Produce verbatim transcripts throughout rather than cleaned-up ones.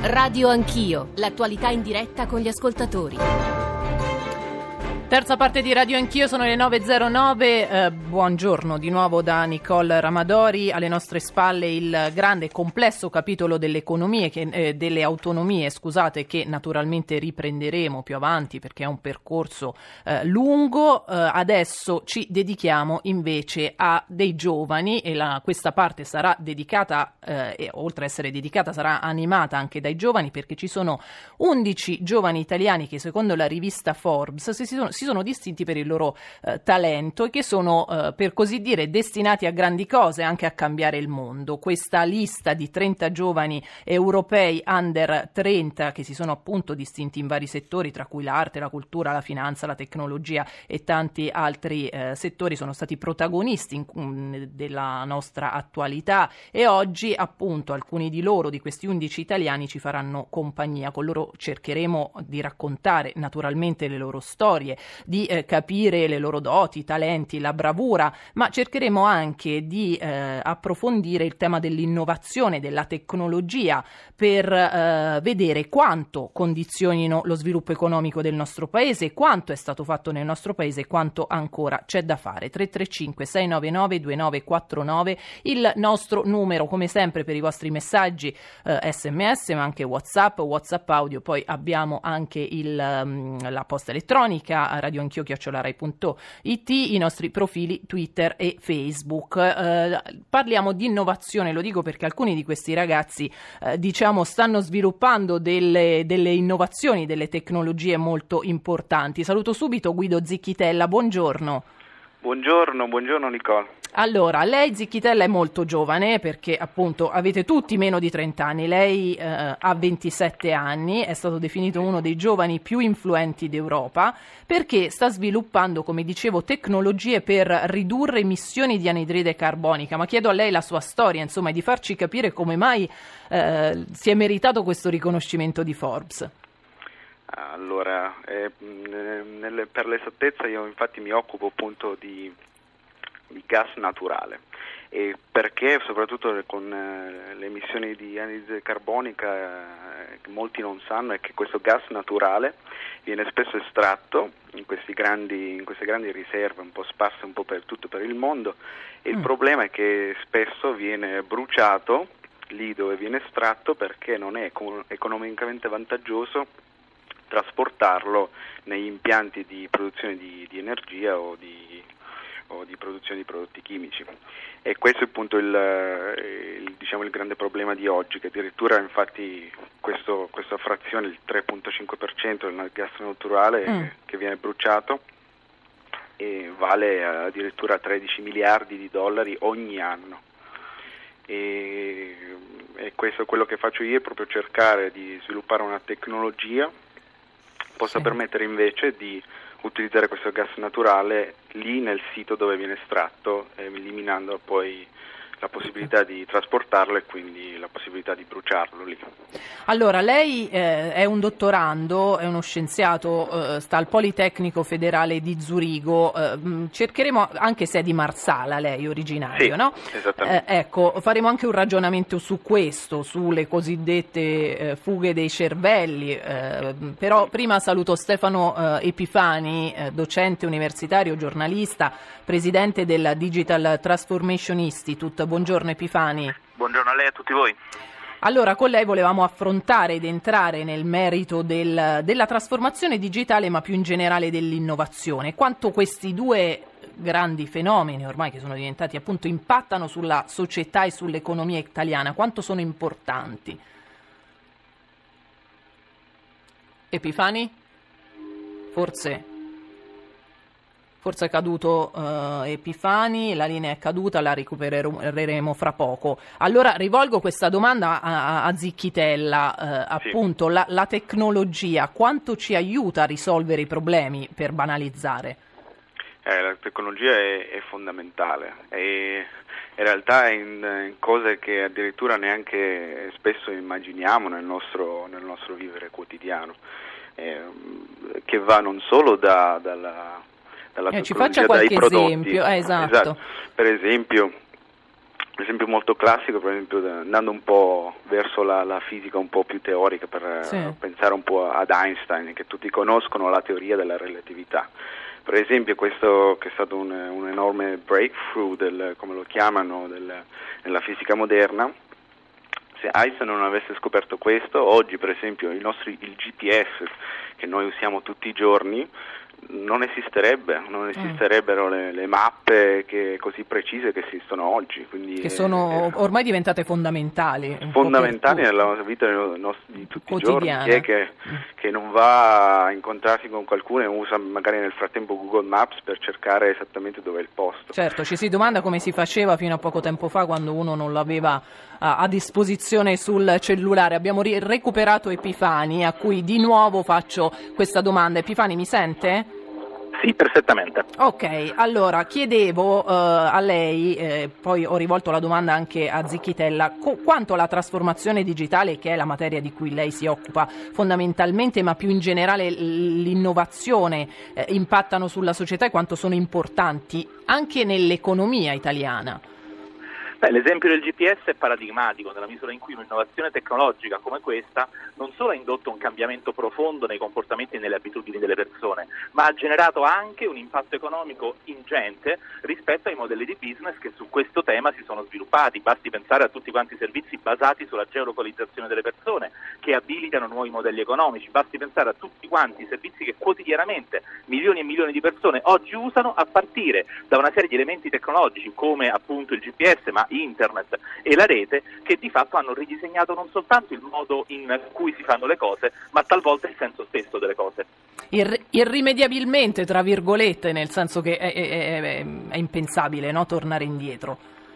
Radio Anch'io, l'attualità in diretta con gli ascoltatori. Terza parte di Radio Anch'io, sono le nove e zero nove, eh, buongiorno di nuovo da Nicole Ramadori. Alle nostre spalle il grande e complesso capitolo delle economie, che, eh, delle autonomie, scusate, che naturalmente riprenderemo più avanti perché è un percorso eh, lungo. Eh, adesso ci dedichiamo invece a dei giovani e la, questa parte sarà dedicata, eh, e, oltre a essere dedicata, sarà animata anche dai giovani, perché ci sono undici giovani italiani che secondo la rivista Forbes si sono si sono distinti per il loro eh, talento e che sono, eh, per così dire, destinati a grandi cose, anche a cambiare il mondo. Questa lista di trenta giovani europei under trenta che si sono appunto distinti in vari settori, tra cui l'arte, la cultura, la finanza, la tecnologia e tanti altri eh, settori, sono stati protagonisti in, in, della nostra attualità, e oggi appunto alcuni di loro, di questi undici italiani, ci faranno compagnia. Con loro cercheremo di raccontare naturalmente le loro storie, di eh, capire le loro doti, i talenti, la bravura, ma cercheremo anche di eh, approfondire il tema dell'innovazione, della tecnologia, per eh, vedere quanto condizionino lo sviluppo economico del nostro paese, quanto è stato fatto nel nostro paese e quanto ancora c'è da fare. tre tre cinque sei nove nove due nove quattro nove il nostro numero, come sempre, per i vostri messaggi eh, sms, ma anche WhatsApp, WhatsApp audio. Poi abbiamo anche il, um, la posta elettronica radioanchio chiocciola rai punto it, i nostri profili Twitter e Facebook. Eh, parliamo di innovazione, lo dico perché alcuni di questi ragazzi eh, diciamo stanno sviluppando delle, delle innovazioni, delle tecnologie molto importanti. Saluto subito Guido Zicchitella, buongiorno. Buongiorno, buongiorno Nicole. Allora, lei Zicchitella è molto giovane, perché appunto avete tutti meno di trenta anni, lei eh, ha ventisette anni, è stato definito uno dei giovani più influenti d'Europa, perché sta sviluppando, come dicevo, tecnologie per ridurre emissioni di anidride carbonica. Ma chiedo a lei la sua storia, insomma, e di farci capire come mai eh, si è meritato questo riconoscimento di Forbes. Allora, eh, nelle, per l'esattezza io infatti mi occupo appunto di, di gas naturale, e perché soprattutto con eh, le emissioni di anidride carbonica eh, che molti non sanno è che questo gas naturale viene spesso estratto in, questi grandi, in queste grandi riserve un po' sparse un po' per tutto per il mondo, e mm. il problema è che spesso viene bruciato lì dove viene estratto, perché non è econ- economicamente vantaggioso trasportarlo negli impianti di produzione di, di energia o di, o di produzione di prodotti chimici. E questo è appunto il, il, diciamo, il grande problema di oggi, che addirittura infatti questo, questa frazione, il tre virgola cinque per cento del gas naturale mm. che viene bruciato, e vale addirittura tredici miliardi di dollari ogni anno. E, e questo è quello che faccio io, è proprio cercare di sviluppare una tecnologia possa sì. permettere invece di utilizzare questo gas naturale lì nel sito dove viene estratto, eliminando poi la possibilità di trasportarlo e quindi la possibilità di bruciarlo lì. Allora, lei eh, è un dottorando, è uno scienziato, eh, sta al Politecnico Federale di Zurigo, eh, cercheremo, anche se è di Marsala lei originario, sì, no? Esattamente. Eh, ecco, faremo anche un ragionamento su questo, sulle cosiddette eh, fughe dei cervelli, eh, però prima saluto Stefano eh, Epifani, eh, docente universitario, giornalista, presidente del Digital Transformation Institute. Buongiorno Epifani. Buongiorno a lei e a tutti voi. Allora, con lei volevamo affrontare ed entrare nel merito del, della trasformazione digitale, ma più in generale dell'innovazione. Quanto questi due grandi fenomeni, ormai che sono diventati appunto, impattano sulla società e sull'economia italiana, quanto sono importanti? Epifani? Forse... Forse è caduto uh, Epifani, la linea è caduta, la recupereremo fra poco. Allora rivolgo questa domanda a, a Zicchitella, uh, appunto sì. la, la tecnologia quanto ci aiuta a risolvere i problemi, per banalizzare? Eh, la tecnologia è, è fondamentale, e in realtà è in, in cose che addirittura neanche spesso immaginiamo nel nostro, nel nostro vivere quotidiano, eh, che va non solo da, dalla... Eh, ci faccia qualche esempio, eh, esatto. esatto. Per esempio un esempio molto classico, per esempio andando un po' verso la, la fisica un po' più teorica, per sì. pensare un po' ad Einstein, che tutti conoscono la teoria della relatività. Per esempio questo che è stato un, un enorme breakthrough, del, come lo chiamano, del, nella fisica moderna. Se Einstein non avesse scoperto questo, oggi per esempio il, nostro, il G P S che noi usiamo tutti i giorni non esisterebbe, non esisterebbero le, le mappe che, così precise che esistono oggi. Quindi che sono è, ormai diventate fondamentali. Fondamentali nella vita di tutti i giorni. Chi è che, che non va a incontrarsi con qualcuno e usa magari nel frattempo Google Maps per cercare esattamente dove è il posto? Certo, ci si domanda come si faceva fino a poco tempo fa, quando uno non l'aveva a, a disposizione sul cellulare. Abbiamo ri- recuperato Epifani, a cui di nuovo faccio questa domanda. Epifani, mi sente? Sì, perfettamente. Ok, allora chiedevo uh, a lei, eh, poi ho rivolto la domanda anche a Zicchitella, co- quanto la trasformazione digitale, che è la materia di cui lei si occupa fondamentalmente, ma più in generale l- l'innovazione, eh, impattano sulla società e quanto sono importanti anche nell'economia italiana. Beh, l'esempio del G P S è paradigmatico, nella misura in cui un'innovazione tecnologica come questa non solo ha indotto un cambiamento profondo nei comportamenti e nelle abitudini delle persone, ma ha generato anche un impatto economico ingente rispetto ai modelli di business che su questo tema si sono sviluppati. Basti pensare a tutti quanti i servizi basati sulla geolocalizzazione delle persone, che abilitano nuovi modelli economici. Basti pensare a tutti quanti i servizi che quotidianamente milioni e milioni di persone oggi usano, a partire da una serie di elementi tecnologici come appunto il G P S, ma internet e la rete, che di fatto hanno ridisegnato non soltanto il modo in cui si fanno le cose, ma talvolta il senso stesso delle cose. Ir- irrimediabilmente, tra virgolette, nel senso che è, è, è, è impensabile, no, tornare indietro.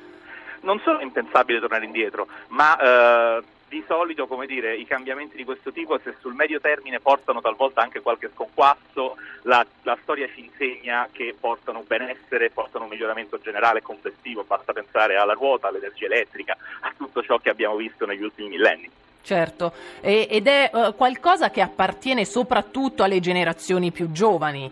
Non solo è impensabile tornare indietro, ma eh, di solito, come dire, i cambiamenti di questo tipo, se sul medio termine portano talvolta anche qualche sconquasso, la, la storia ci insegna che portano benessere, portano un miglioramento generale e complessivo. Basta pensare alla ruota, all'energia elettrica, a tutto ciò che abbiamo visto negli ultimi millenni. Certo, e, ed è uh, qualcosa che appartiene soprattutto alle generazioni più giovani.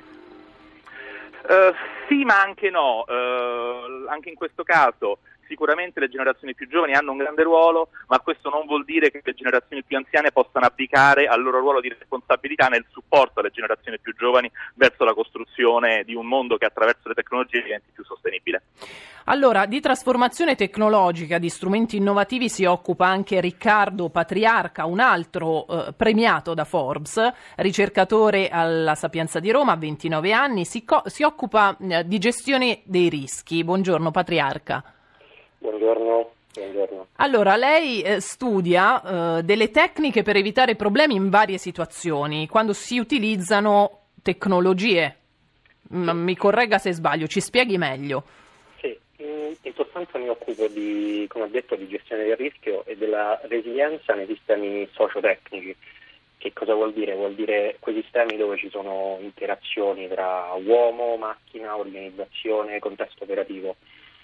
Uh, sì, ma anche no. Uh, anche in questo caso sicuramente le generazioni più giovani hanno un grande ruolo, ma questo non vuol dire che le generazioni più anziane possano abdicare al loro ruolo di responsabilità nel supporto alle generazioni più giovani verso la costruzione di un mondo che attraverso le tecnologie diventi più sostenibile. Allora, di trasformazione tecnologica, di strumenti innovativi si occupa anche Riccardo Patriarca, un altro eh, premiato da Forbes, ricercatore alla Sapienza di Roma, ha ventinove anni, si, co- si occupa eh, di gestione dei rischi. Buongiorno Patriarca. Buongiorno, buongiorno. Allora, lei eh, studia eh, delle tecniche per evitare problemi in varie situazioni, quando si utilizzano tecnologie. M- mi corregga se sbaglio, ci spieghi meglio. Sì, in, in sostanza mi occupo di, come ho detto, di gestione del rischio e della resilienza nei sistemi sociotecnici. Che cosa vuol dire? Vuol dire quei sistemi dove ci sono interazioni tra uomo, macchina, organizzazione, contesto operativo.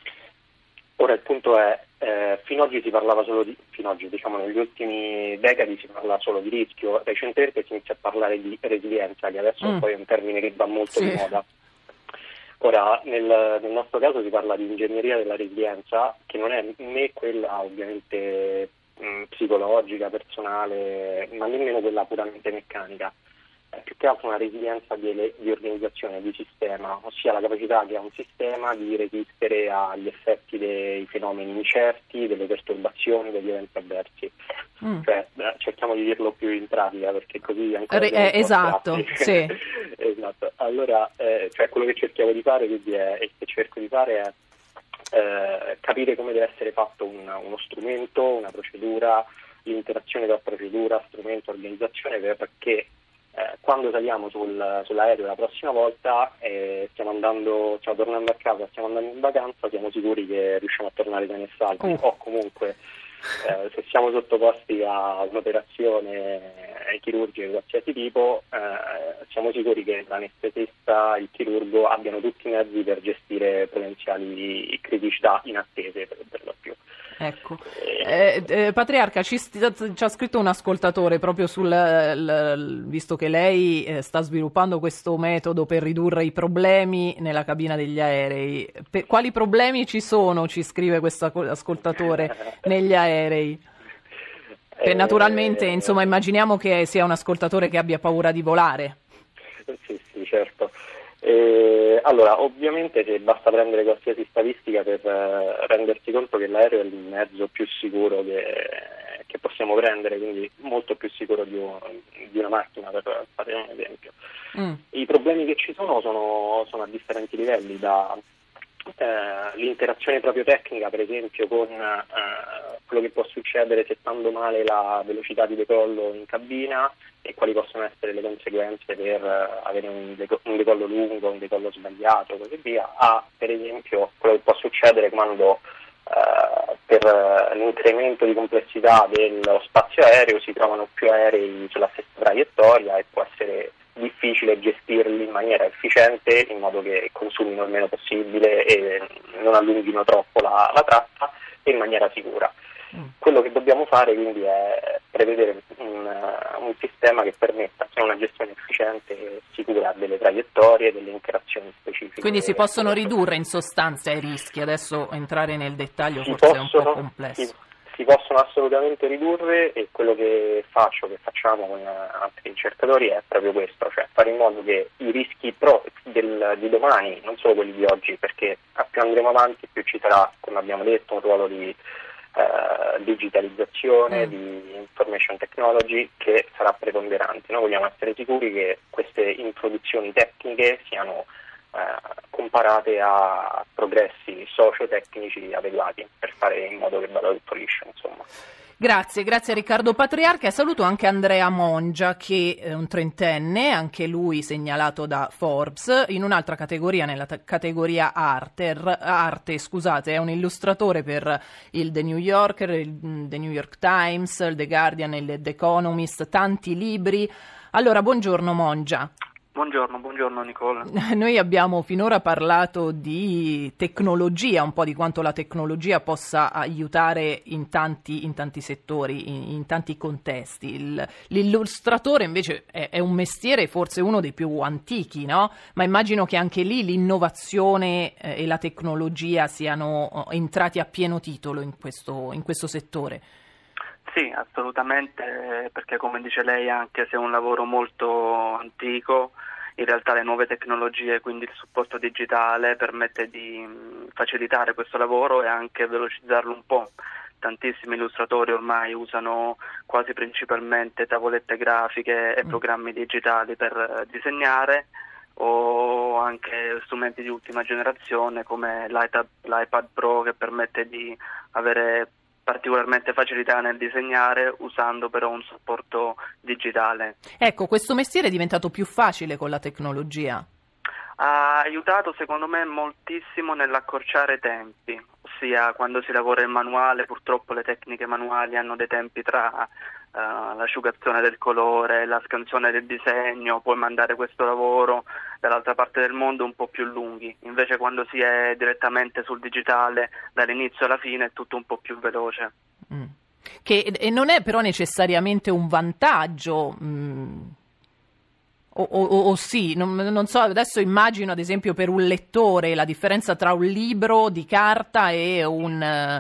Ora il punto è, eh, fino ad oggi si parlava solo di, fino ad oggi, diciamo negli ultimi decadi si parla solo di rischio, recentemente si inizia a parlare di resilienza, che adesso mm. poi è un termine che va molto sì. di moda. Ora, nel, nel nostro caso si parla di ingegneria della resilienza, che non è né quella ovviamente mh, psicologica, personale, ma nemmeno quella puramente meccanica. È più che altro una resilienza di, di organizzazione, di sistema, ossia la capacità che ha un sistema di resistere agli effetti dei fenomeni incerti, delle perturbazioni, degli eventi avversi. Mm. Cioè, beh, cerchiamo di dirlo più in pratica, perché così ancora Re, eh, esatto, sì. Esatto. Allora, eh, cioè quello che cerchiamo di fare quindi è, e che cerco di fare è eh, capire come deve essere fatto un, uno strumento, una procedura, l'interazione tra procedura, strumento, organizzazione, perché Eh, quando saliamo sul, sull'aereo la prossima volta e eh, stiamo andando, stiamo tornando a casa, stiamo andando in vacanza, siamo sicuri che riusciamo a tornare sani e salvi, uh. o comunque eh, se siamo sottoposti a un'operazione chirurgica di qualsiasi tipo, eh, siamo sicuri che l'anestesista, il chirurgo abbiano tutti i mezzi per gestire potenziali criticità inattese per, per lo più. Ecco, eh, eh, Patriarca, ci, st- ci ha scritto un ascoltatore proprio sul, l- l- visto che lei eh, sta sviluppando questo metodo per ridurre i problemi nella cabina degli aerei. Per, quali problemi ci sono, ci scrive questo ascoltatore, negli aerei? Per, naturalmente, insomma, immaginiamo che sia un ascoltatore che abbia paura di volare. Sì, sì, certo. Eh, allora, ovviamente che basta prendere qualsiasi statistica per eh, rendersi conto che l'aereo è il mezzo più sicuro che, che possiamo prendere, quindi molto più sicuro di, un, di una macchina, per fare un esempio. Mm. I problemi che ci sono sono, sono a differenti livelli, da eh, l'interazione proprio tecnica, per esempio, con eh, quello che può succedere settando male la velocità di decollo in cabina e quali possono essere le conseguenze per uh, avere un, deco- un decollo lungo, un decollo sbagliato e così via, a per esempio quello che può succedere quando uh, per uh, l'incremento di complessità dello spazio aereo si trovano più aerei sulla stessa traiettoria e può essere difficile gestirli in maniera efficiente in modo che consumino il meno possibile e non allunghino troppo la, la tratta e in maniera sicura. Quello che dobbiamo fare quindi è prevedere un, un sistema che permetta una gestione efficiente e sicura delle traiettorie, delle interazioni specifiche. Quindi si possono ridurre in sostanza i rischi, adesso entrare nel dettaglio si forse possono, è un po' complesso. Si, si possono assolutamente ridurre e quello che faccio, che facciamo con altri ricercatori è proprio questo, cioè fare in modo che i rischi pro del, di domani, non solo quelli di oggi, perché più andremo avanti più ci sarà, come abbiamo detto, un ruolo di Uh, digitalizzazione, mm. di information technology che sarà preponderante. Noi vogliamo essere sicuri che queste introduzioni tecniche siano uh, comparate a progressi socio-tecnici adeguati per fare in modo che vada tutto liscio, insomma. Grazie, grazie a Riccardo Patriarca e saluto anche Andrea Mongia che è un trentenne, anche lui segnalato da Forbes, in un'altra categoria, nella t- categoria arte, r- arte, scusate, è un illustratore per il The New Yorker, il The New York Times, il The Guardian e il The Economist, tanti libri. Allora, buongiorno Mongia. Buongiorno, buongiorno Nicola. Noi abbiamo finora parlato di tecnologia, un po' di quanto la tecnologia possa aiutare in tanti, in tanti settori, in, in tanti contesti. Il, l'illustratore invece è, è un mestiere forse uno dei più antichi, no? Ma immagino che anche lì l'innovazione eh, e la tecnologia siano entrati a pieno titolo in questo, in questo settore. Sì, assolutamente, perché come dice lei, anche se è un lavoro molto antico, in realtà le nuove tecnologie, quindi il supporto digitale, permette di facilitare questo lavoro e anche velocizzarlo un po'. Tantissimi illustratori ormai usano quasi principalmente tavolette grafiche e programmi digitali per disegnare, o anche strumenti di ultima generazione come l'iPad, l'iPad Pro, che permette di avere particolarmente facilità nel disegnare usando però un supporto digitale. Ecco, questo mestiere è diventato più facile con la tecnologia. Ha aiutato secondo me moltissimo nell'accorciare i tempi, ossia quando si lavora in manuale purtroppo le tecniche manuali hanno dei tempi tra uh, l'asciugazione del colore, la scansione del disegno, poi mandare questo lavoro dall'altra parte del mondo un po' più lunghi, invece quando si è direttamente sul digitale dall'inizio alla fine è tutto un po' più veloce. Mm. Che e non è però necessariamente un vantaggio. Mm. O, o, o sì, non, non so, adesso immagino ad esempio per un lettore la differenza tra un libro di carta e un,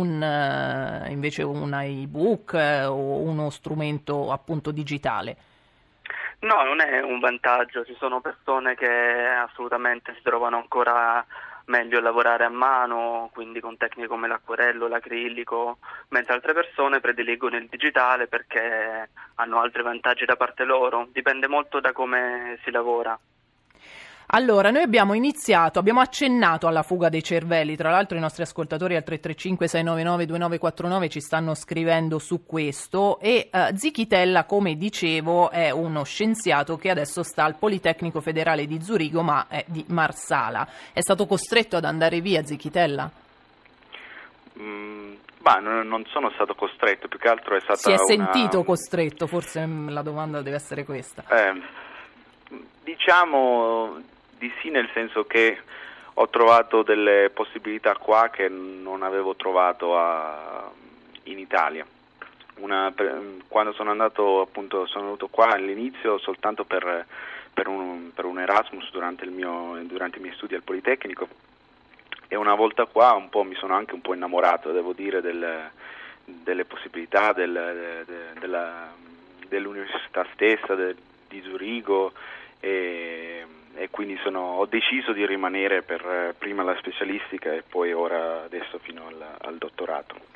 un invece un ebook o uno strumento appunto digitale. No, non è un vantaggio, ci sono persone che assolutamente si trovano ancora meglio a lavorare a mano, quindi con tecniche come l'acquerello, l'acrilico, mentre altre persone prediligono il digitale perché hanno altri vantaggi da parte loro, dipende molto da come si lavora. Allora, noi abbiamo iniziato, abbiamo accennato alla fuga dei cervelli, tra l'altro i nostri ascoltatori al tre tre cinque sei nove nove due nove quattro nove ci stanno scrivendo su questo e uh, Zichitella, come dicevo, è uno scienziato che adesso sta al Politecnico Federale di Zurigo, ma è di Marsala. È stato costretto ad andare via Zichitella? Mm, bah, non sono stato costretto, più che altro è stata Si è una... sentito costretto, forse la domanda deve essere questa. Eh, diciamo... di sì, nel senso che ho trovato delle possibilità qua che non avevo trovato a, in Italia. Una, per, quando sono andato appunto sono venuto qua all'inizio soltanto per, per, un, per un Erasmus durante, il mio, durante i miei studi al Politecnico, e una volta qua un po' mi sono anche un po' innamorato, devo dire, del, delle possibilità del, de, della, dell'università stessa, de, di Zurigo, e, e quindi sono, ho deciso di rimanere per prima la specialistica e poi ora adesso fino al, al dottorato.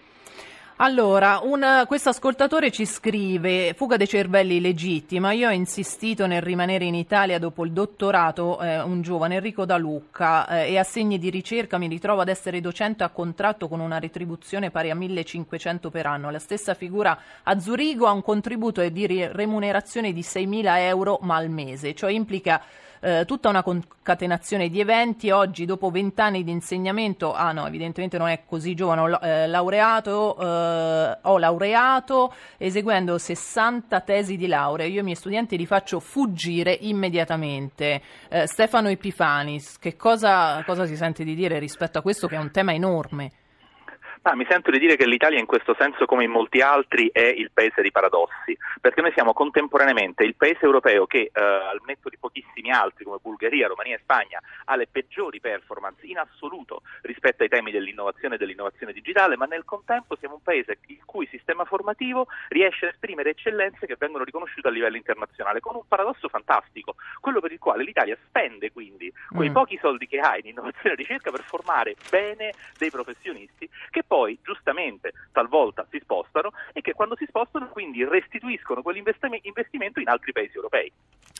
Allora, questo ascoltatore ci scrive: fuga dei cervelli legittima, io ho insistito nel rimanere in Italia dopo il dottorato, eh, un giovane Enrico Da Lucca, eh, e a segni di ricerca mi ritrovo ad essere docente a contratto con una retribuzione pari a millecinquecento per anno. La stessa figura a Zurigo ha un contributo di remunerazione di seimila euro ma al mese, cioè implica Eh, tutta una concatenazione di eventi. Oggi, dopo vent'anni di insegnamento, ah no, evidentemente non è così giovane, ho eh, laureato, eh, ho laureato eseguendo sessanta tesi di laurea. Io i miei studenti li faccio fuggire immediatamente. Eh, Stefano Epifanis, che cosa, cosa si sente di dire rispetto a questo, che è un tema enorme? Ah, mi sento di dire che l'Italia in questo senso, come in molti altri, è il paese di paradossi, perché noi siamo contemporaneamente il paese europeo che, eh, al netto di pochissimi altri come Bulgaria, Romania e Spagna, ha le peggiori performance in assoluto rispetto ai temi dell'innovazione e dell'innovazione digitale, ma nel contempo siamo un paese il cui sistema formativo riesce a esprimere eccellenze che vengono riconosciute a livello internazionale, con un paradosso fantastico, quello per il quale l'Italia spende quindi quei mm. pochi soldi che ha in innovazione e ricerca per formare bene dei professionisti che poi giustamente talvolta si spostano e che quando si spostano quindi restituiscono quell'investimento in altri paesi europei.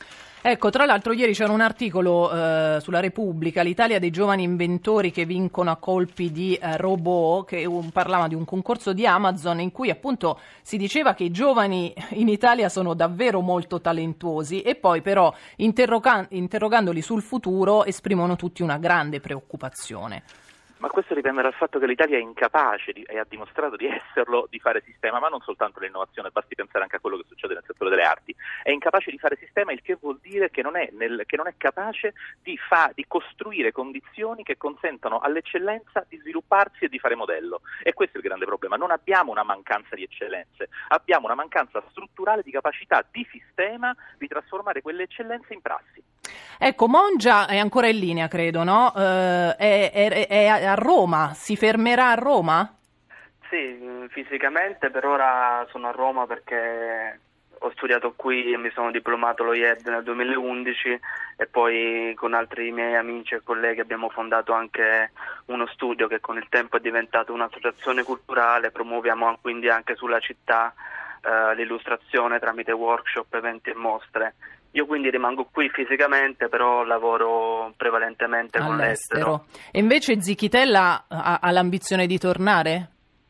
Ecco, tra l'altro ieri c'era un articolo eh, sulla Repubblica, l'Italia dei giovani inventori che vincono a colpi di eh, robot, che un, parlava di un concorso di Amazon in cui appunto si diceva che i giovani in Italia sono davvero molto talentuosi e poi però interroga- interrogandoli sul futuro esprimono tutti una grande preoccupazione. Ma questo dipende dal fatto che l'Italia è incapace di, e ha dimostrato di esserlo, di fare sistema, ma non soltanto l'innovazione, basti pensare anche a quello che succede nel settore delle arti. È incapace di fare sistema, il che vuol dire che non è, nel, che non è capace di, fa, di costruire condizioni che consentano all'eccellenza di svilupparsi e di fare modello. E questo è il grande problema. Non abbiamo una mancanza di eccellenze, abbiamo una mancanza strutturale di capacità di sistema di trasformare quelle eccellenze in prassi. Ecco, Mongia è ancora in linea, credo, no? Eh, è, è, è a Roma, si fermerà a Roma? Sì, fisicamente per ora sono a Roma perché ho studiato qui e mi sono diplomato allo I E D nel duemilaundici e poi con altri miei amici e colleghi abbiamo fondato anche uno studio che con il tempo è diventato un'associazione culturale, promuoviamo quindi anche sulla città eh, l'illustrazione tramite workshop, eventi e mostre. Io quindi rimango qui fisicamente, però lavoro prevalentemente all'estero. Con l'estero. E invece Zichitella ha, ha l'ambizione di tornare?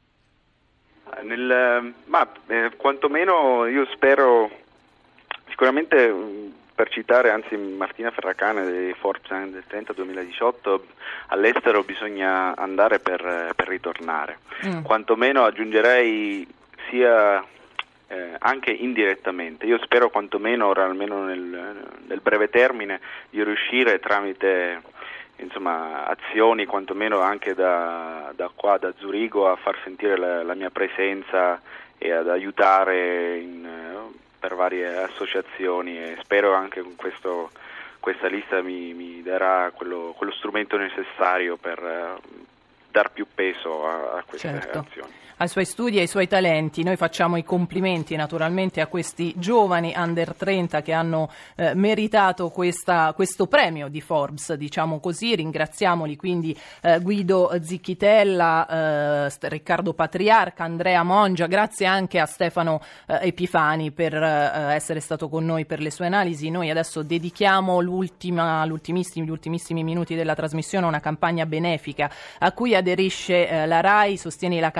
Nel, ma eh, quantomeno io spero, sicuramente per citare anzi Martina Ferracane di Forbes Under trenta duemiladiciotto, all'estero bisogna andare per, per ritornare. Mm. Quantomeno aggiungerei sia... Eh, anche indirettamente. Io spero quantomeno, ora almeno nel, nel breve termine, di riuscire tramite insomma azioni quantomeno anche da, da qua, da Zurigo, a far sentire la, la mia presenza e ad aiutare in, per varie associazioni, e spero anche con questo, questa lista mi, mi darà quello, quello strumento necessario per uh, dar più peso a, a queste certo. azioni. Ai suoi studi e ai suoi talenti. Noi facciamo i complimenti naturalmente a questi giovani under trenta che hanno eh, meritato questa, questo premio di Forbes, diciamo così. Ringraziamoli quindi eh, Guido Zichitella, eh, Riccardo Patriarca, Andrea Mongia, grazie anche a Stefano eh, Epifani per eh, essere stato con noi per le sue analisi. Noi adesso dedichiamo l'ultima, l'ultimissimi, gli ultimissimi minuti della trasmissione a una campagna benefica a cui aderisce eh, la RAI, sostiene la campagna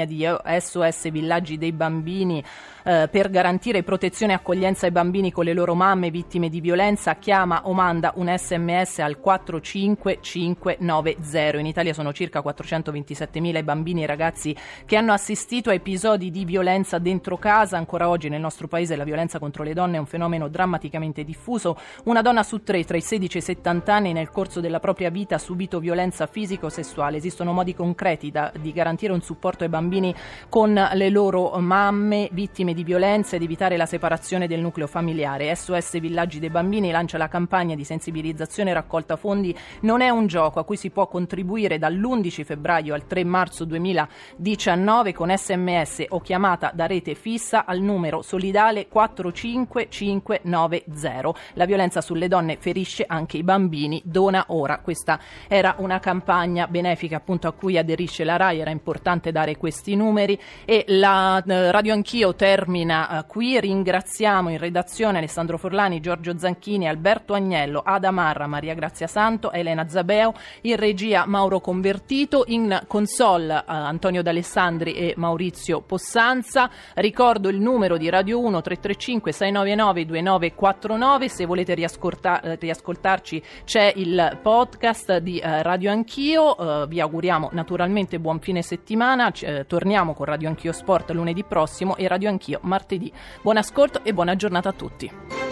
campagna di S O S Villaggi dei Bambini eh, per garantire protezione e accoglienza ai bambini con le loro mamme vittime di violenza. Chiama o manda un sms al quattro cinque cinque nove zero. In Italia sono circa quattrocentoventisettemila i bambini e i ragazzi che hanno assistito a episodi di violenza dentro casa. Ancora oggi nel nostro paese la violenza contro le donne è un fenomeno drammaticamente diffuso. Una donna su tre tra i sedici e i settanta anni nel corso della propria vita ha subito violenza fisico-sessuale. Esistono modi concreti da, di garantire un supporto ai bambini con le loro mamme vittime di violenza ed evitare la separazione del nucleo familiare. S O S Villaggi dei Bambini lancia la campagna di sensibilizzazione e raccolta fondi Non è un gioco, a cui si può contribuire dall'undici febbraio al tre marzo duemiladiciannove con sms o chiamata da rete fissa al numero solidale quattro cinque cinque nove zero. La violenza sulle donne ferisce anche i bambini. Dona ora. Questa era una campagna benefica appunto a cui aderisce la RAI. Era importante dare questi numeri e la eh, Radio Anch'io termina eh, qui. Ringraziamo in redazione Alessandro Forlani, Giorgio Zanchini, Alberto Agnello, Ada Marra, Maria Grazia Santo, Elena Zabeo, in regia Mauro Convertito, in console eh, Antonio D'Alessandri e Maurizio Possanza. Ricordo il numero di Radio uno tre tre cinque sei nove nove due nove quattro nove. Se volete riascolta- riascoltarci c'è il podcast di eh, Radio Anch'io. Eh, vi auguriamo naturalmente buon fine settimana. C- eh, torniamo con Radio Anch'io Sport lunedì prossimo e Radio Anch'io martedì. Buon ascolto e buona giornata a tutti.